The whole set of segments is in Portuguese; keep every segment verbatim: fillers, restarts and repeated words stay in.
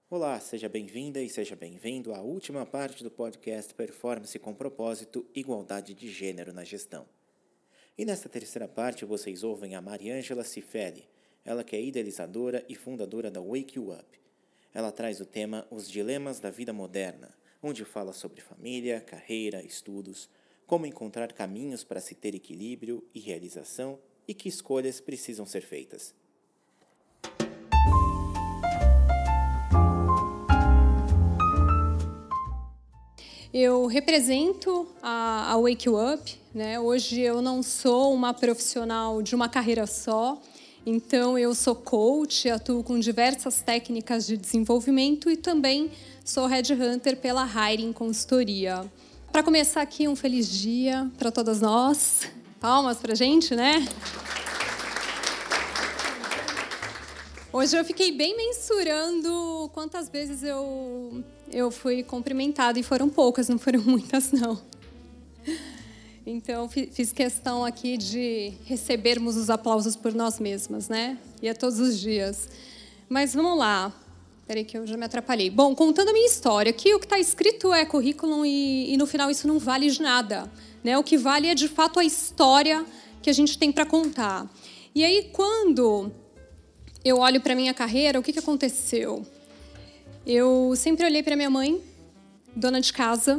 Olá, seja bem-vinda e seja bem-vindo à última parte do podcast Performance com Propósito, Igualdade de Gênero na Gestão. E nesta terceira parte vocês ouvem a Mariângela Cifelli, ela que é idealizadora e fundadora da Wake You Up. Ela traz o tema Os Dilemas da Vida Moderna, onde fala sobre família, carreira, estudos, como encontrar caminhos para se ter equilíbrio e realização e que escolhas precisam ser feitas. Eu represento a, a Wake You Up, né? Hoje eu não sou uma profissional de uma carreira só, então eu sou coach, atuo com diversas técnicas de desenvolvimento e também sou headhunter pela Hiring Consultoria. Para começar aqui, um feliz dia para todas nós. Palmas para a gente, né? Hoje eu fiquei bem mensurando quantas vezes eu, eu fui cumprimentada, e foram poucas, não foram muitas, não. Então, fiz questão aqui de recebermos os aplausos por nós mesmas, né? E é todos os dias. Mas vamos lá. Peraí que eu já me atrapalhei. Bom, contando a minha história, aqui o que está escrito é currículo e, e, no final, isso não vale de nada, né? O que vale é, de fato, a história que a gente tem para contar. E aí, quando eu olho para a minha carreira, o que, que aconteceu? Eu sempre olhei para minha mãe, dona de casa,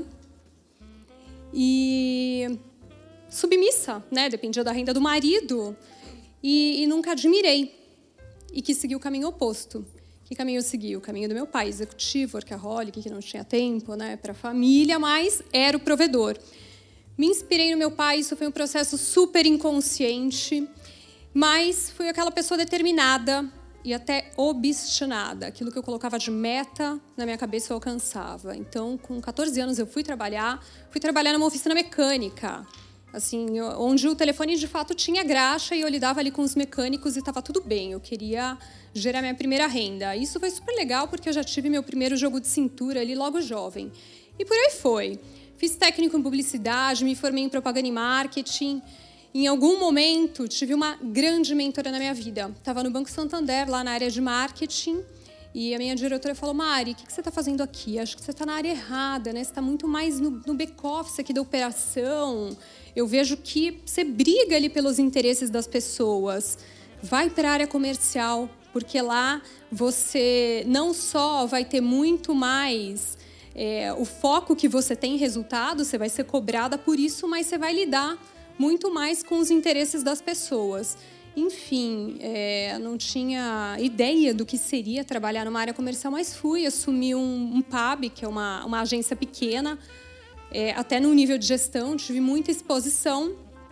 e submissa, né? Dependia da renda do marido, e, e nunca admirei, e quis seguir o caminho oposto. Que caminho eu segui? O caminho do meu pai, executivo, workaholic, que não tinha tempo, né, para a família, mas era o provedor. Me inspirei no meu pai, isso foi um processo super inconsciente, mas fui aquela pessoa determinada e até obstinada. Aquilo que eu colocava de meta na minha cabeça eu alcançava. Então, com catorze anos, eu fui trabalhar. Fui trabalhar numa oficina mecânica, assim, onde o telefone, de fato, tinha graxa e eu lidava ali com os mecânicos e estava tudo bem. Eu queria gerar minha primeira renda. Isso foi super legal porque eu já tive meu primeiro jogo de cintura ali logo jovem. E por aí foi. Fiz técnico em publicidade, me formei em propaganda e marketing. Em algum momento, tive uma grande mentora na minha vida. Estava no Banco Santander, lá na área de marketing, e a minha diretora falou: Mari, o que você está fazendo aqui? Acho que você está na área errada, né? Você está muito mais no, no back-office aqui da operação. Eu vejo que você briga ali pelos interesses das pessoas. Vai para a área comercial, porque lá você não só vai ter muito mais é, o foco que você tem em resultado, você vai ser cobrada por isso, mas você vai lidar muito mais com os interesses das pessoas. Enfim, é, não tinha ideia do que seria trabalhar numa área comercial, mas fui, assumi um, um pub, que é uma, uma agência pequena, é, até no nível de gestão, tive muita exposição.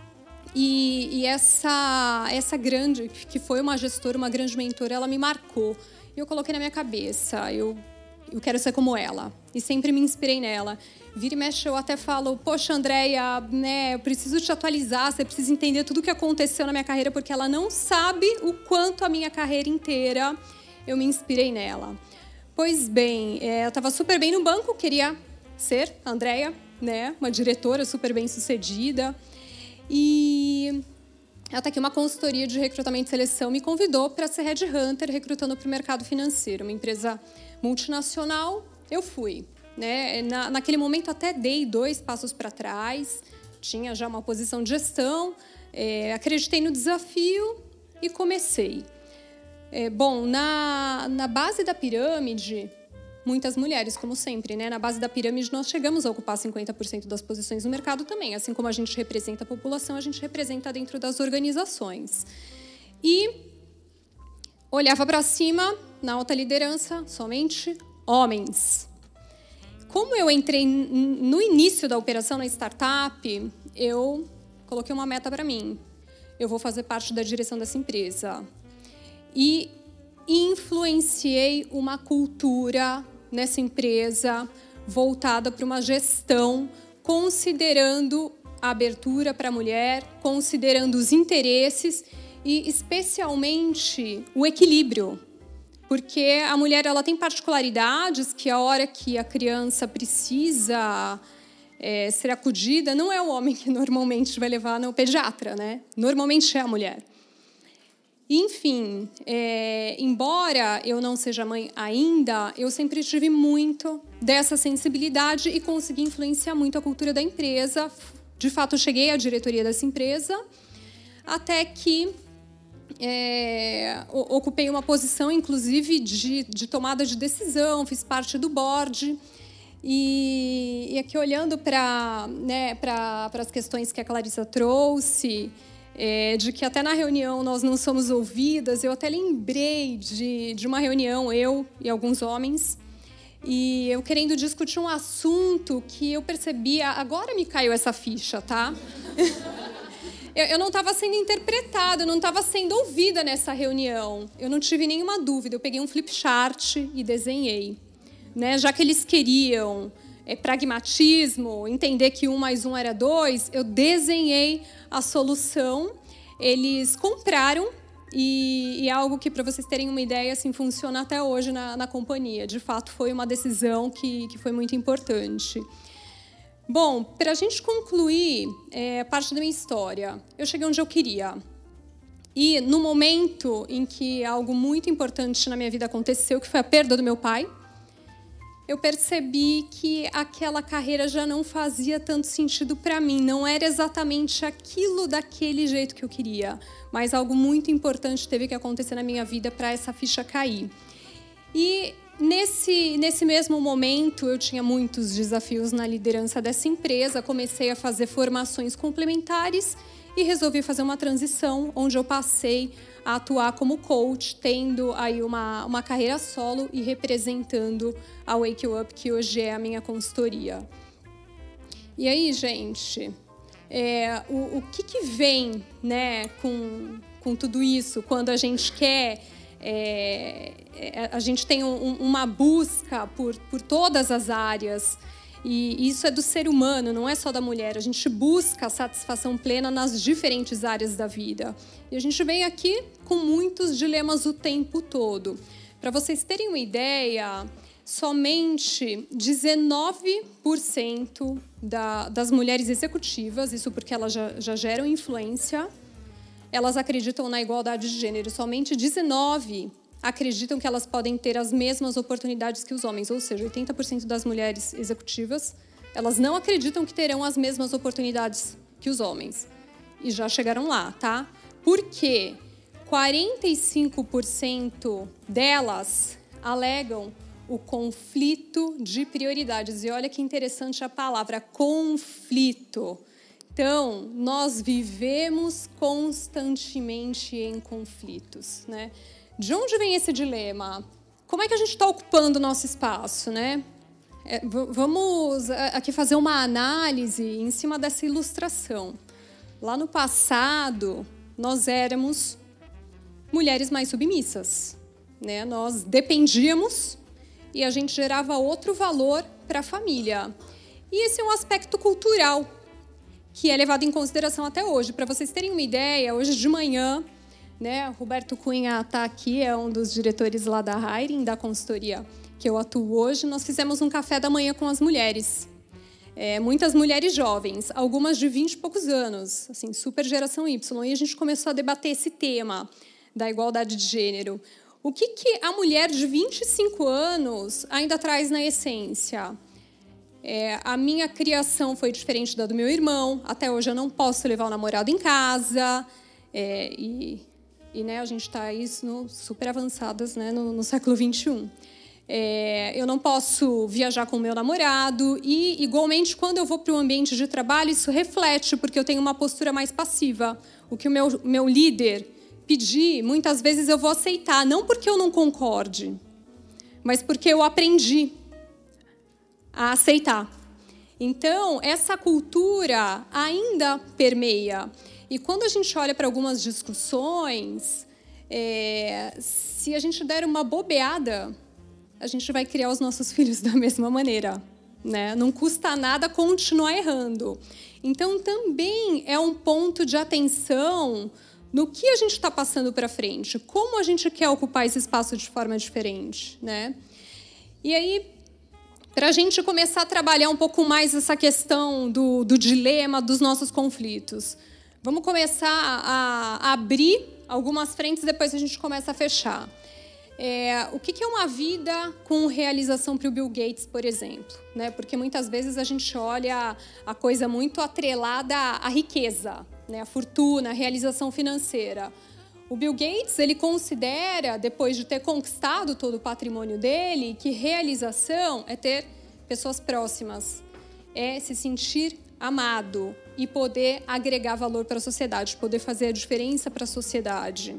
E, e essa, essa grande, que foi uma gestora, uma grande mentora, ela me marcou. E eu coloquei na minha cabeça, eu, eu quero ser como ela. E sempre me inspirei nela. Vira e mexe, eu até falo: poxa, Andréia, né, eu preciso te atualizar, você precisa entender tudo o que aconteceu na minha carreira, porque ela não sabe o quanto a minha carreira inteira eu me inspirei nela. Pois bem, é, eu estava super bem no banco, queria ser a Andréia, né, uma diretora super bem sucedida. E até que uma consultoria de recrutamento e seleção me convidou para ser headhunter, recrutando para o mercado financeiro, uma empresa multinacional. Eu fui. Né? Na, naquele momento até dei dois passos para trás, tinha já uma posição de gestão, é, acreditei no desafio e comecei. É, bom, na, na base da pirâmide, muitas mulheres, como sempre, né? Na base da pirâmide nós chegamos a ocupar cinquenta por cento das posições no mercado também. Assim como a gente representa a população, a gente representa dentro das organizações. E olhava para cima, na alta liderança, somente homens. Como eu entrei no início da operação na startup, eu coloquei uma meta para mim. Eu vou fazer parte da direção dessa empresa. E influenciei uma cultura nessa empresa voltada para uma gestão, considerando a abertura para a mulher, considerando os interesses e, especialmente, o equilíbrio. Porque a mulher ela tem particularidades que a hora que a criança precisa é, ser acudida, não é o homem que normalmente vai levar no pediatra, né? Normalmente é a mulher. Enfim, é, embora eu não seja mãe ainda, eu sempre tive muito dessa sensibilidade e consegui influenciar muito a cultura da empresa. De fato, eu cheguei à diretoria dessa empresa, até que é, ocupei uma posição, inclusive, de, de tomada de decisão, fiz parte do board. E, e aqui, olhando para, né, para, para as questões que a Clarissa trouxe, É, de que até na reunião nós não somos ouvidas, eu até lembrei de, de uma reunião, eu e alguns homens, e eu querendo discutir um assunto que eu percebia, agora me caiu essa ficha, tá? eu, eu não estava sendo interpretada, eu não estava sendo ouvida nessa reunião, eu não tive nenhuma dúvida, eu peguei um flip chart e desenhei, né? Já que eles queriam É, pragmatismo, entender que um mais um era dois, eu desenhei a solução, eles compraram, e, e é algo que, para vocês terem uma ideia, assim, funciona até hoje na, na companhia. De fato, foi uma decisão que, que foi muito importante. Bom, para a gente concluir é, parte da minha história, eu cheguei onde eu queria. E no momento em que algo muito importante na minha vida aconteceu, que foi a perda do meu pai, eu percebi que aquela carreira já não fazia tanto sentido para mim. Não era exatamente aquilo daquele jeito que eu queria, mas algo muito importante teve que acontecer na minha vida para essa ficha cair. E nesse, nesse mesmo momento, eu tinha muitos desafios na liderança dessa empresa, comecei a fazer formações complementares e resolvi fazer uma transição, onde eu passei a atuar como coach, tendo aí uma, uma carreira solo e representando a Wake You Up, que hoje é a minha consultoria. E aí, gente, é, o, o que, que vem, né, com, com tudo isso, quando a gente quer... É, a gente tem um, uma busca por, por todas as áreas, e isso é do ser humano, não é só da mulher. A gente busca a satisfação plena nas diferentes áreas da vida. E a gente vem aqui com muitos dilemas o tempo todo. Para vocês terem uma ideia, somente dezenove por cento da, das mulheres executivas, isso porque elas já, já geram influência, elas acreditam na igualdade de gênero. Somente dezenove por cento acreditam que elas podem ter as mesmas oportunidades que os homens, ou seja, oitenta por cento das mulheres executivas, elas não acreditam que terão as mesmas oportunidades que os homens. E já chegaram lá, tá? Porque quarenta e cinco por cento delas alegam o conflito de prioridades. E olha que interessante a palavra conflito. Então, nós vivemos constantemente em conflitos, né? De onde vem esse dilema? Como é que a gente está ocupando o nosso espaço, né? É, vamos aqui fazer uma análise em cima dessa ilustração. Lá no passado, nós éramos mulheres mais submissas, né? Nós dependíamos e a gente gerava outro valor para a família. E esse é um aspecto cultural que é levado em consideração até hoje. Para vocês terem uma ideia, hoje de manhã, né, Roberto Cunha está aqui, é um dos diretores lá da Hiring, da consultoria que eu atuo hoje. Nós fizemos um café da manhã com as mulheres. É, muitas mulheres jovens, algumas de vinte e poucos anos, assim, super geração Y. E a gente começou a debater esse tema da igualdade de gênero. O que, que a mulher de vinte e cinco anos ainda traz na essência? É, a minha criação foi diferente da do meu irmão. Até hoje eu não posso levar o namorado em casa. É, e, e né, a gente está aí no, super avançadas, né, no, no século vinte e um. É, eu não posso viajar com o meu namorado. E, igualmente, quando eu vou para o ambiente de trabalho, isso reflete, porque eu tenho uma postura mais passiva. O que o meu, meu líder pedir, muitas vezes eu vou aceitar. Não porque eu não concorde, mas porque eu aprendi a aceitar. Então, essa cultura ainda permeia. E quando a gente olha para algumas discussões, é, se a gente der uma bobeada, a gente vai criar os nossos filhos da mesma maneira, né? Não custa nada continuar errando. Então, também é um ponto de atenção no que a gente está passando para frente, como a gente quer ocupar esse espaço de forma diferente, né? E aí, para a gente começar a trabalhar um pouco mais essa questão do, do dilema dos nossos conflitos, vamos começar a abrir algumas frentes, depois a gente começa a fechar. É, o que, que é uma vida com realização para o Bill Gates, por exemplo? Né? Porque muitas vezes a gente olha a coisa muito atrelada à riqueza, né? A fortuna, a realização financeira. O Bill Gates, ele considera, depois de ter conquistado todo o patrimônio dele, que realização é ter pessoas próximas, é se sentir amado e poder agregar valor para a sociedade, poder fazer a diferença para a sociedade.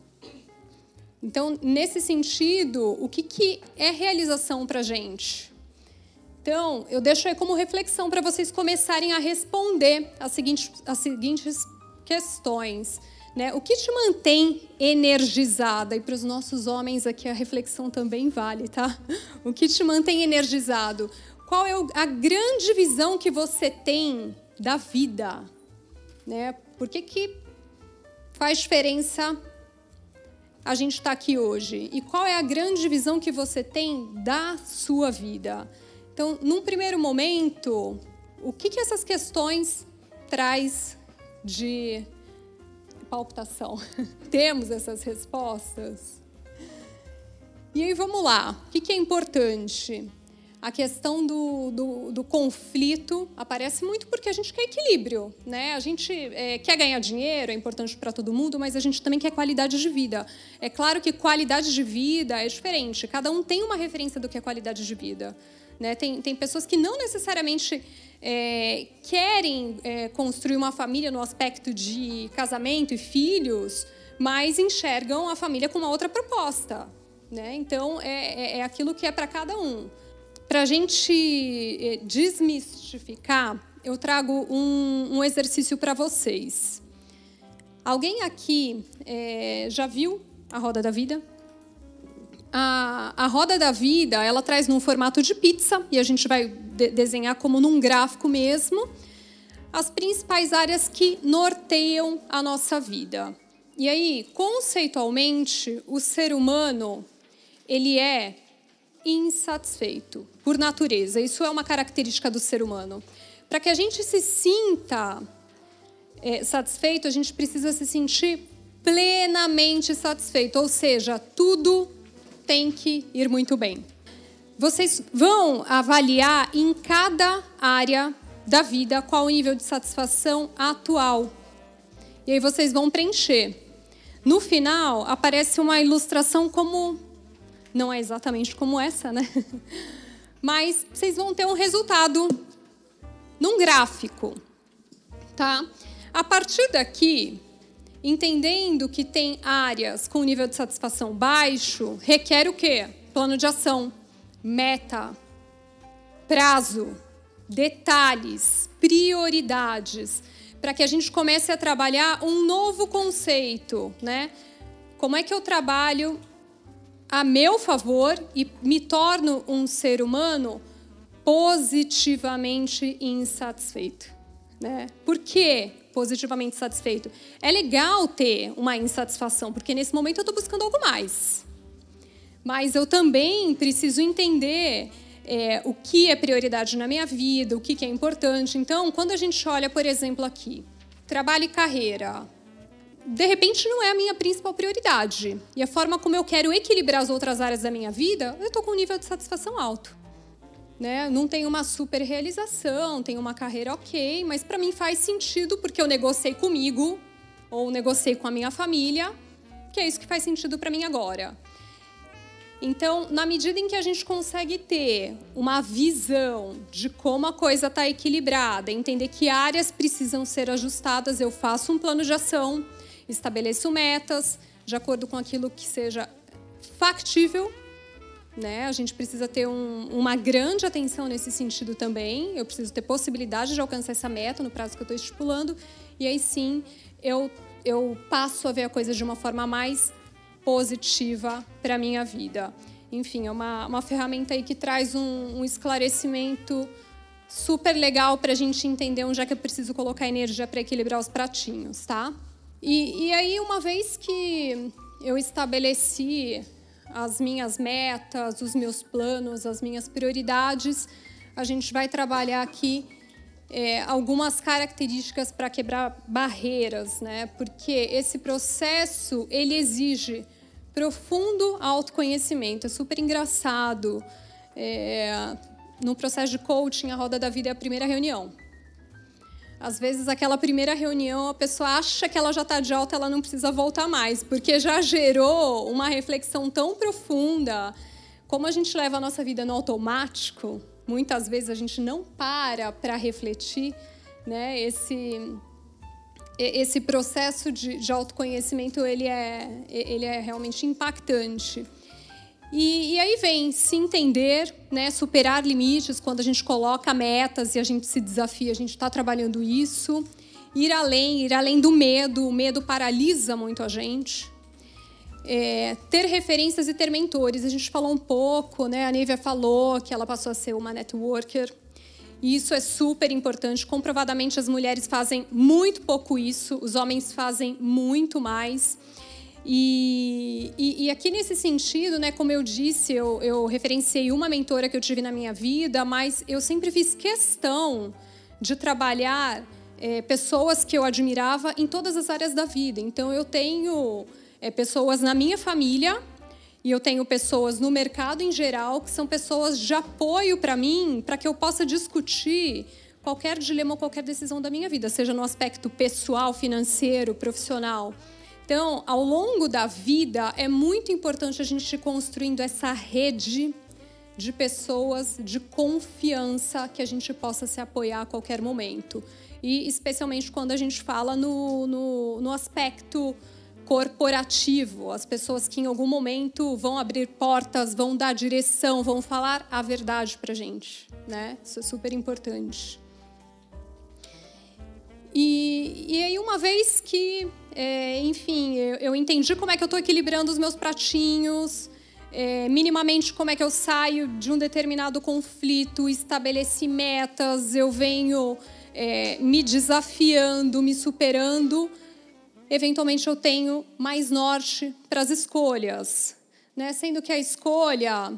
Então, nesse sentido, o que, que é realização para a gente? Então, eu deixo aí como reflexão para vocês começarem a responder as seguintes, as seguintes questões. Né? O que te mantém energizada? E para os nossos homens aqui a reflexão também vale, tá? O que te mantém energizado? Qual é a grande visão que você tem da vida? Né? Por que, que faz diferença a gente estar aqui hoje? E qual é a grande visão que você tem da sua vida? Então, num primeiro momento, o que, que essas questões traz de palpitação? Temos essas respostas? E aí, vamos lá. O que, que é importante? A questão do, do, do conflito aparece muito porque a gente quer equilíbrio, né? A gente é, quer ganhar dinheiro, é importante para todo mundo, mas a gente também quer qualidade de vida. É claro que qualidade de vida é diferente. Cada um tem uma referência do que é qualidade de vida. Né? Tem, tem pessoas que não necessariamente é, querem é, construir uma família no aspecto de casamento e filhos, mas enxergam a família com uma outra proposta. Né? Então, é, é aquilo que é para cada um. Para a gente desmistificar, eu trago um, um exercício para vocês. Alguém aqui é, já viu a Roda da Vida? A, a Roda da Vida, ela traz num formato de pizza, e a gente vai de, desenhar como num gráfico mesmo, as principais áreas que norteiam a nossa vida. E aí, conceitualmente, o ser humano, ele é insatisfeito, por natureza. Isso é uma característica do ser humano. Para que a gente se sinta é, satisfeito, a gente precisa se sentir plenamente satisfeito, ou seja, tudo tem que ir muito bem. Vocês vão avaliar em cada área da vida qual o nível de satisfação atual. E aí vocês vão preencher. No final, aparece uma ilustração como... Não é exatamente como essa, né? Mas vocês vão ter um resultado num gráfico, tá? A partir daqui, entendendo que tem áreas com nível de satisfação baixo, requer o quê? Plano de ação, meta, prazo, detalhes, prioridades, para que a gente comece a trabalhar um novo conceito, né? Como é que eu trabalho a meu favor e me torno um ser humano positivamente insatisfeito, né? Por que positivamente satisfeito? É legal ter uma insatisfação, porque nesse momento eu estou buscando algo mais. Mas eu também preciso entender é, o que é prioridade na minha vida, o que, que é importante. Então, quando a gente olha, por exemplo, aqui, trabalho e carreira, de repente não é a minha principal prioridade. E a forma como eu quero equilibrar as outras áreas da minha vida, eu estou com um nível de satisfação alto. Né? Não tenho uma super realização, tenho uma carreira ok, mas para mim faz sentido porque eu negociei comigo ou negociei com a minha família, que é isso que faz sentido para mim agora. Então, na medida em que a gente consegue ter uma visão de como a coisa está equilibrada, entender que áreas precisam ser ajustadas, eu faço um plano de ação, estabeleço metas de acordo com aquilo que seja factível, né? A gente precisa ter um, uma grande atenção nesse sentido também. Eu preciso ter possibilidade de alcançar essa meta no prazo que eu estou estipulando. E aí sim, eu, eu passo a ver a coisa de uma forma mais positiva para a minha vida. Enfim, é uma, uma ferramenta aí que traz um, um esclarecimento super legal para a gente entender onde é que eu preciso colocar energia para equilibrar os pratinhos, tá? E, e aí, uma vez que eu estabeleci as minhas metas, os meus planos, as minhas prioridades, a gente vai trabalhar aqui é, algumas características para quebrar barreiras, né? Porque esse processo ele exige profundo autoconhecimento. É super engraçado. É, no processo de coaching, a Roda da Vida é a primeira reunião. Às vezes, aquela primeira reunião, a pessoa acha que ela já está de alta, ela não precisa voltar mais, porque já gerou uma reflexão tão profunda. Como a gente leva a nossa vida no automático, muitas vezes a gente não para para refletir, né? Esse, esse processo de, de autoconhecimento ele é, ele é realmente impactante. E, e aí vem se entender, né, superar limites, quando a gente coloca metas e a gente se desafia, a gente está trabalhando isso. Ir além, ir além do medo, o medo paralisa muito a gente. É, ter referências e ter mentores. A gente falou um pouco, né, a Nívia falou que ela passou a ser uma networker. E isso é super importante. Comprovadamente, as mulheres fazem muito pouco isso, os homens fazem muito mais. E, e, e aqui nesse sentido, né, como eu disse, eu, eu referenciei uma mentora que eu tive na minha vida, mas eu sempre fiz questão de trabalhar é, pessoas que eu admirava em todas as áreas da vida. Então, eu tenho é, pessoas na minha família e eu tenho pessoas no mercado em geral que são pessoas de apoio para mim, para que eu possa discutir qualquer dilema ou qualquer decisão da minha vida, seja no aspecto pessoal, financeiro, profissional. Então, ao longo da vida, é muito importante a gente ir construindo essa rede de pessoas de confiança que a gente possa se apoiar a qualquer momento. E, especialmente, quando a gente fala no, no, no aspecto corporativo. As pessoas que, em algum momento, vão abrir portas, vão dar direção, vão falar a verdade para a gente, né? Isso é super importante. E, e aí, uma vez que, é, enfim, eu, eu entendi como é que eu estou equilibrando os meus pratinhos, é, minimamente como é que eu saio de um determinado conflito, estabeleci metas, eu venho é, me desafiando, me superando, eventualmente eu tenho mais norte para as escolhas, né? Sendo que a escolha...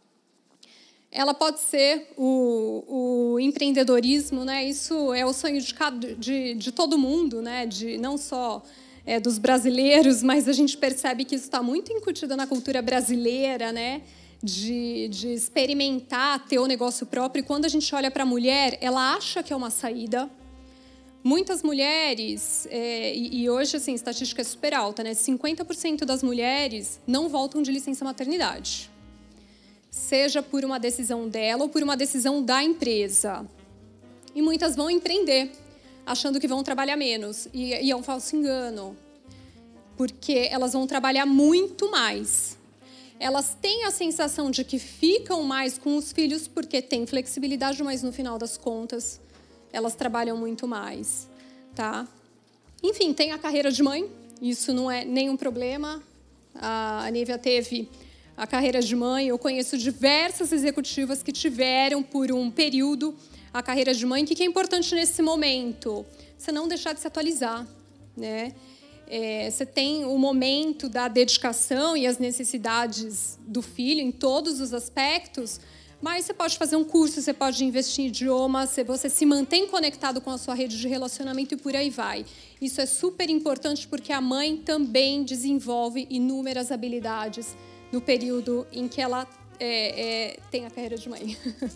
ela pode ser o, o empreendedorismo, né? Isso é o sonho de, cada, de, de todo mundo, né? De, não só é, dos brasileiros, mas a gente percebe que isso está muito incutido na cultura brasileira, né? De, de experimentar, ter o negócio próprio. E quando a gente olha para a mulher, ela acha que é uma saída. Muitas mulheres, é, e, e hoje assim, a estatística é super alta, né? cinquenta por cento das mulheres não voltam de licença maternidade. Seja por uma decisão dela ou por uma decisão da empresa. E muitas vão empreender, achando que vão trabalhar menos. E, e é um falso engano, porque elas vão trabalhar muito mais. Elas têm a sensação de que ficam mais com os filhos porque têm flexibilidade, mas no final das contas, elas trabalham muito mais. Tá? Enfim, tem a carreira de mãe, isso não é nenhum problema. A Nívia teve... a carreira de mãe, eu conheço diversas executivas que tiveram, por um período, a carreira de mãe. O que é importante nesse momento? Você não deixar de se atualizar, né? É, você tem o momento da dedicação e as necessidades do filho em todos os aspectos, mas você pode fazer um curso, você pode investir em idiomas, você se mantém conectado com a sua rede de relacionamento e por aí vai. Isso é super importante porque a mãe também desenvolve inúmeras habilidades no período em que ela é, é, tem a carreira de mãe.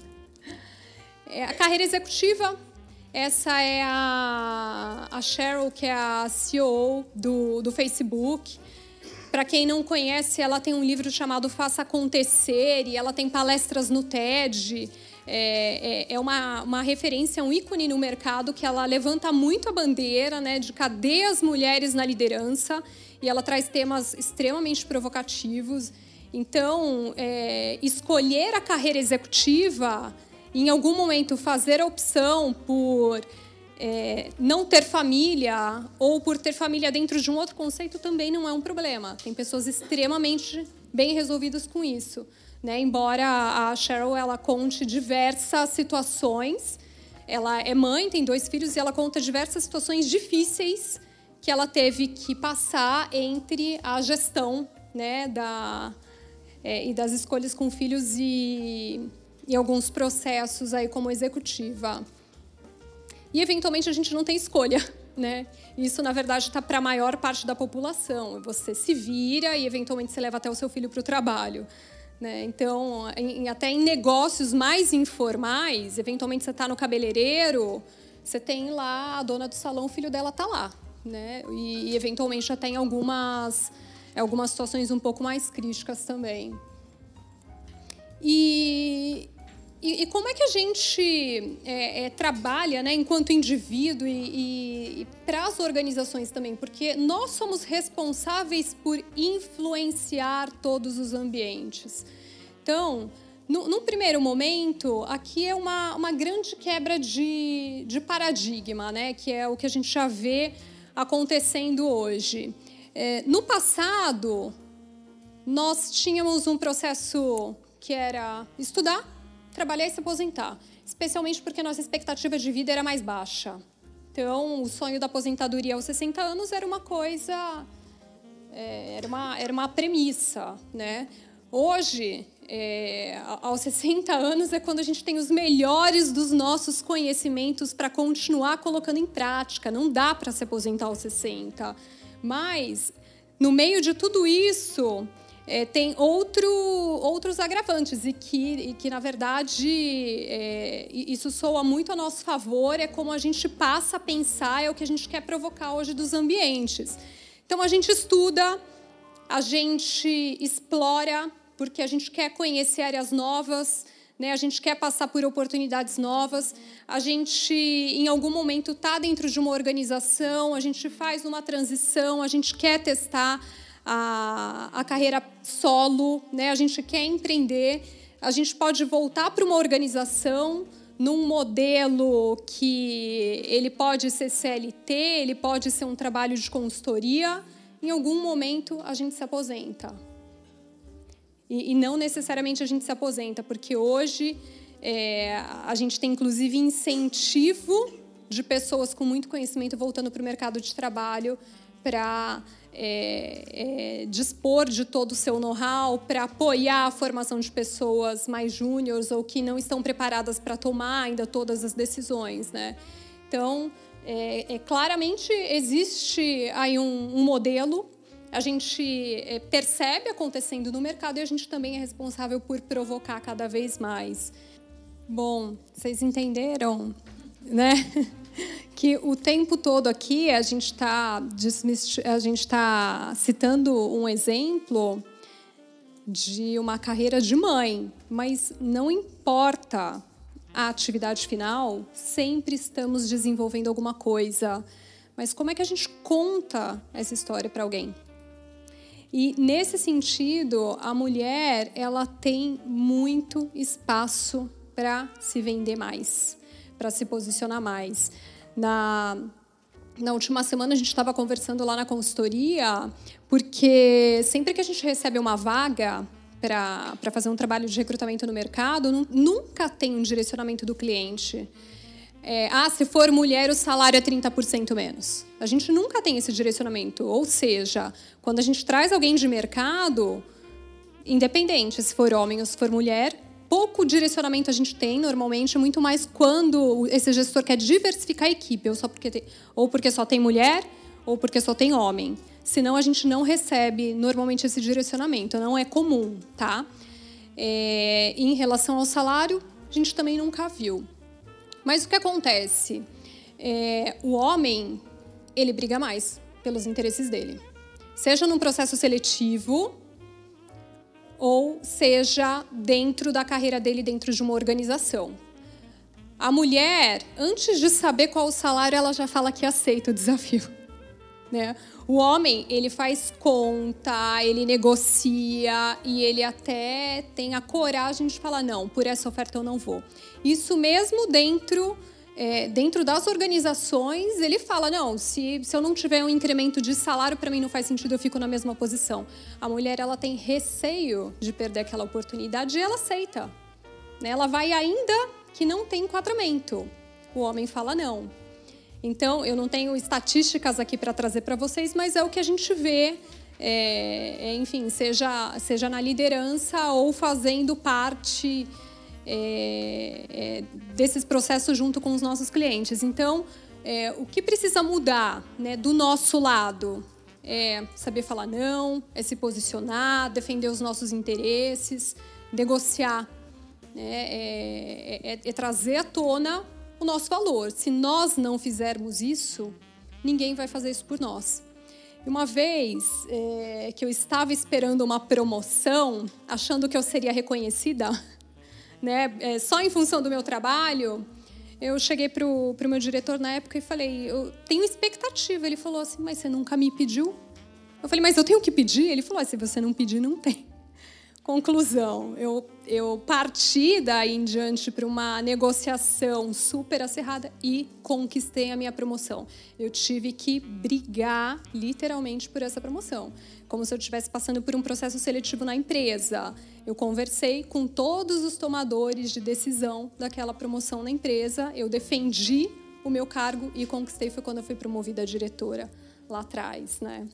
É, a carreira executiva, essa é a, a Sheryl, que é a C E O do, do Facebook. Para quem não conhece, ela tem um livro chamado Faça Acontecer, e ela tem palestras no TED. É, é, é uma, uma referência, um ícone no mercado, que ela levanta muito a bandeira, né, de cadê as mulheres na liderança, e ela traz temas extremamente provocativos. Então, é, escolher a carreira executiva, em algum momento fazer a opção por é, não ter família ou por ter família dentro de um outro conceito também não é um problema. Tem pessoas extremamente bem resolvidas com isso, né? Embora a Sheryl ela conte diversas situações, ela é mãe, tem dois filhos, e ela conta diversas situações difíceis que ela teve que passar entre a gestão, né, da... É, e das escolhas com filhos e, e alguns processos aí como executiva. e eventualmente a gente não tem escolha, né? Isso, na verdade, está para a maior parte da população. Você se vira e, eventualmente, você leva até o seu filho para o trabalho. Né? Então, em, até em negócios mais informais, eventualmente você está no cabeleireiro, você tem lá a dona do salão, o filho dela está lá. Né? E, e, eventualmente, até em algumas, algumas situações um pouco mais críticas também. E... E, e como é que a gente é, é, trabalha, né, enquanto indivíduo e, e, e para as organizações também? Porque nós somos responsáveis por influenciar todos os ambientes. Então, no, num primeiro momento, aqui é uma, uma grande quebra de, de paradigma, né, que é o que a gente já vê acontecendo hoje. É, no passado, nós tínhamos um processo que era estudar, trabalhar e se aposentar, especialmente porque a nossa expectativa de vida era mais baixa. Então, o sonho da aposentadoria aos sessenta anos era uma coisa, é, era, uma, era uma premissa, né? Hoje, é, aos sessenta anos é quando a gente tem os melhores dos nossos conhecimentos para continuar colocando em prática. Não dá para se aposentar aos sessenta. Mas, no meio de tudo isso, É, tem outro, outros agravantes e que, e que na verdade, é, isso soa muito a nosso favor, é como a gente passa a pensar, é o que a gente quer provocar hoje dos ambientes. Então, a gente estuda, a gente explora, porque a gente quer conhecer áreas novas, né? A gente quer passar por oportunidades novas, a gente, em algum momento, está dentro de uma organização, a gente faz uma transição, a gente quer testar A, a carreira solo, né? A gente quer empreender, a gente pode voltar para uma organização num modelo que ele pode ser C L T, ele pode ser um trabalho de consultoria, em algum momento a gente se aposenta. E, e não necessariamente a gente se aposenta, porque hoje é, a gente tem, inclusive, incentivo de pessoas com muito conhecimento voltando para o mercado de trabalho para É, é, dispor de todo o seu know-how para apoiar a formação de pessoas mais júniores ou que não estão preparadas para tomar ainda todas as decisões, né? Então, é, é, claramente existe aí um, um modelo, a gente é, percebe acontecendo no mercado e a gente também é responsável por provocar cada vez mais. Bom, vocês entenderam, né? Que o tempo todo aqui a gente está a gente está citando um exemplo de uma carreira de mãe, mas não importa a atividade final, sempre estamos desenvolvendo alguma coisa. Mas como é que a gente conta essa história para alguém? E nesse sentido, a mulher ela tem muito espaço para se vender mais, para se posicionar mais. Na, na última semana, a gente estava conversando lá na consultoria, porque sempre que a gente recebe uma vaga para fazer um trabalho de recrutamento no mercado, nunca tem um direcionamento do cliente. É, ah, se for mulher, o salário é trinta por cento menos. A gente nunca tem esse direcionamento. Ou seja, quando a gente traz alguém de mercado, independente se for homem ou se for mulher, pouco direcionamento a gente tem, normalmente, muito mais quando esse gestor quer diversificar a equipe, ou, só porque tem, ou porque só tem mulher, ou porque só tem homem. Senão, a gente não recebe, normalmente, esse direcionamento. Não é comum, tá? É, em relação ao salário, a gente também nunca viu. Mas o que acontece? É, o homem, ele briga mais pelos interesses dele. Seja num processo seletivo, ou seja dentro da carreira dele, dentro de uma organização. A mulher, antes de saber qual o salário, ela já fala que aceita o desafio. Né? O homem, ele faz conta, ele negocia e ele até tem a coragem de falar, não, por essa oferta eu não vou. Isso mesmo dentro, é, dentro das organizações, ele fala, não, se, se eu não tiver um incremento de salário, para mim não faz sentido, eu fico na mesma posição. A mulher, ela tem receio de perder aquela oportunidade e ela aceita. Né? Ela vai ainda que não tem enquadramento. O homem fala não. Então, eu não tenho estatísticas aqui para trazer para vocês, mas é o que a gente vê, é, é, enfim, seja, seja na liderança ou fazendo parte é, é, desses processos junto com os nossos clientes. Então, é, o que precisa mudar, né, do nosso lado? É saber falar não, é se posicionar, defender os nossos interesses, negociar, né, é, é, é trazer à tona o nosso valor. Se nós não fizermos isso, ninguém vai fazer isso por nós. Uma vez é, que eu estava esperando uma promoção, achando que eu seria reconhecida, né, é, só em função do meu trabalho, eu cheguei para o meu diretor na época e falei, eu tenho expectativa. Ele falou assim, mas você nunca me pediu? Eu falei, mas eu tenho que pedir? Ele falou, ah, se você não pedir, não tem. Conclusão, eu, eu parti daí em diante para uma negociação super acirrada e conquistei a minha promoção. Eu tive que brigar, literalmente, por essa promoção. Como se eu estivesse passando por um processo seletivo na empresa. Eu conversei com todos os tomadores de decisão daquela promoção na empresa. Eu defendi o meu cargo e conquistei. Foi quando eu fui promovida a diretora lá atrás, né?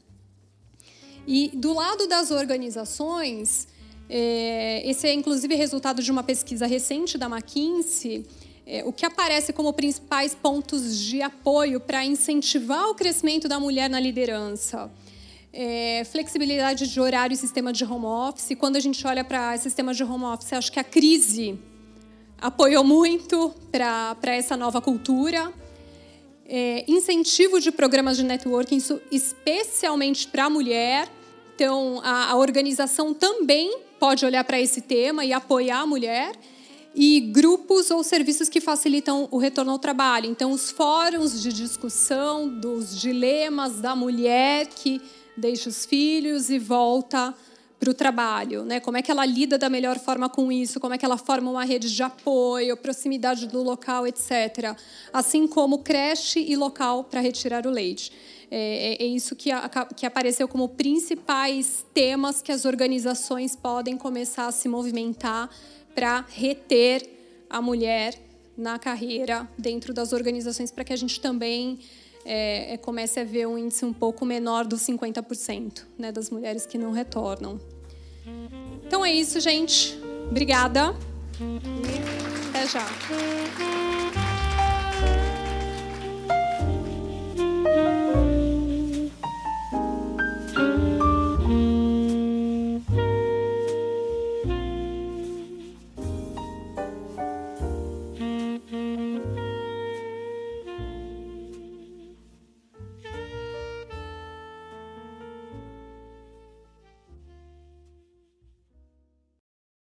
E do lado das organizações... É, esse é, inclusive, resultado de uma pesquisa recente da McKinsey. É, o que aparece como principais pontos de apoio para incentivar o crescimento da mulher na liderança? É, flexibilidade de horário e sistema de home office. Quando a gente olha para o sistema de home office, acho que a crise apoiou muito para essa nova cultura. É, incentivo de programas de networking, isso especialmente para a mulher. Então, a, a organização também pode olhar para esse tema e apoiar a mulher, e grupos ou serviços que facilitam o retorno ao trabalho. Então, os fóruns de discussão dos dilemas da mulher que deixa os filhos e volta para o trabalho, né? Como é que ela lida da melhor forma com isso, como é que ela forma uma rede de apoio, proximidade do local, etcétera. Assim como creche e local para retirar o leite. É, é isso que, a, que apareceu como principais temas que as organizações podem começar a se movimentar para reter a mulher na carreira dentro das organizações, para que a gente também é, comece a ver um índice um pouco menor dos cinquenta por cento, né, das mulheres que não retornam. Então é isso, gente. Obrigada. E até já.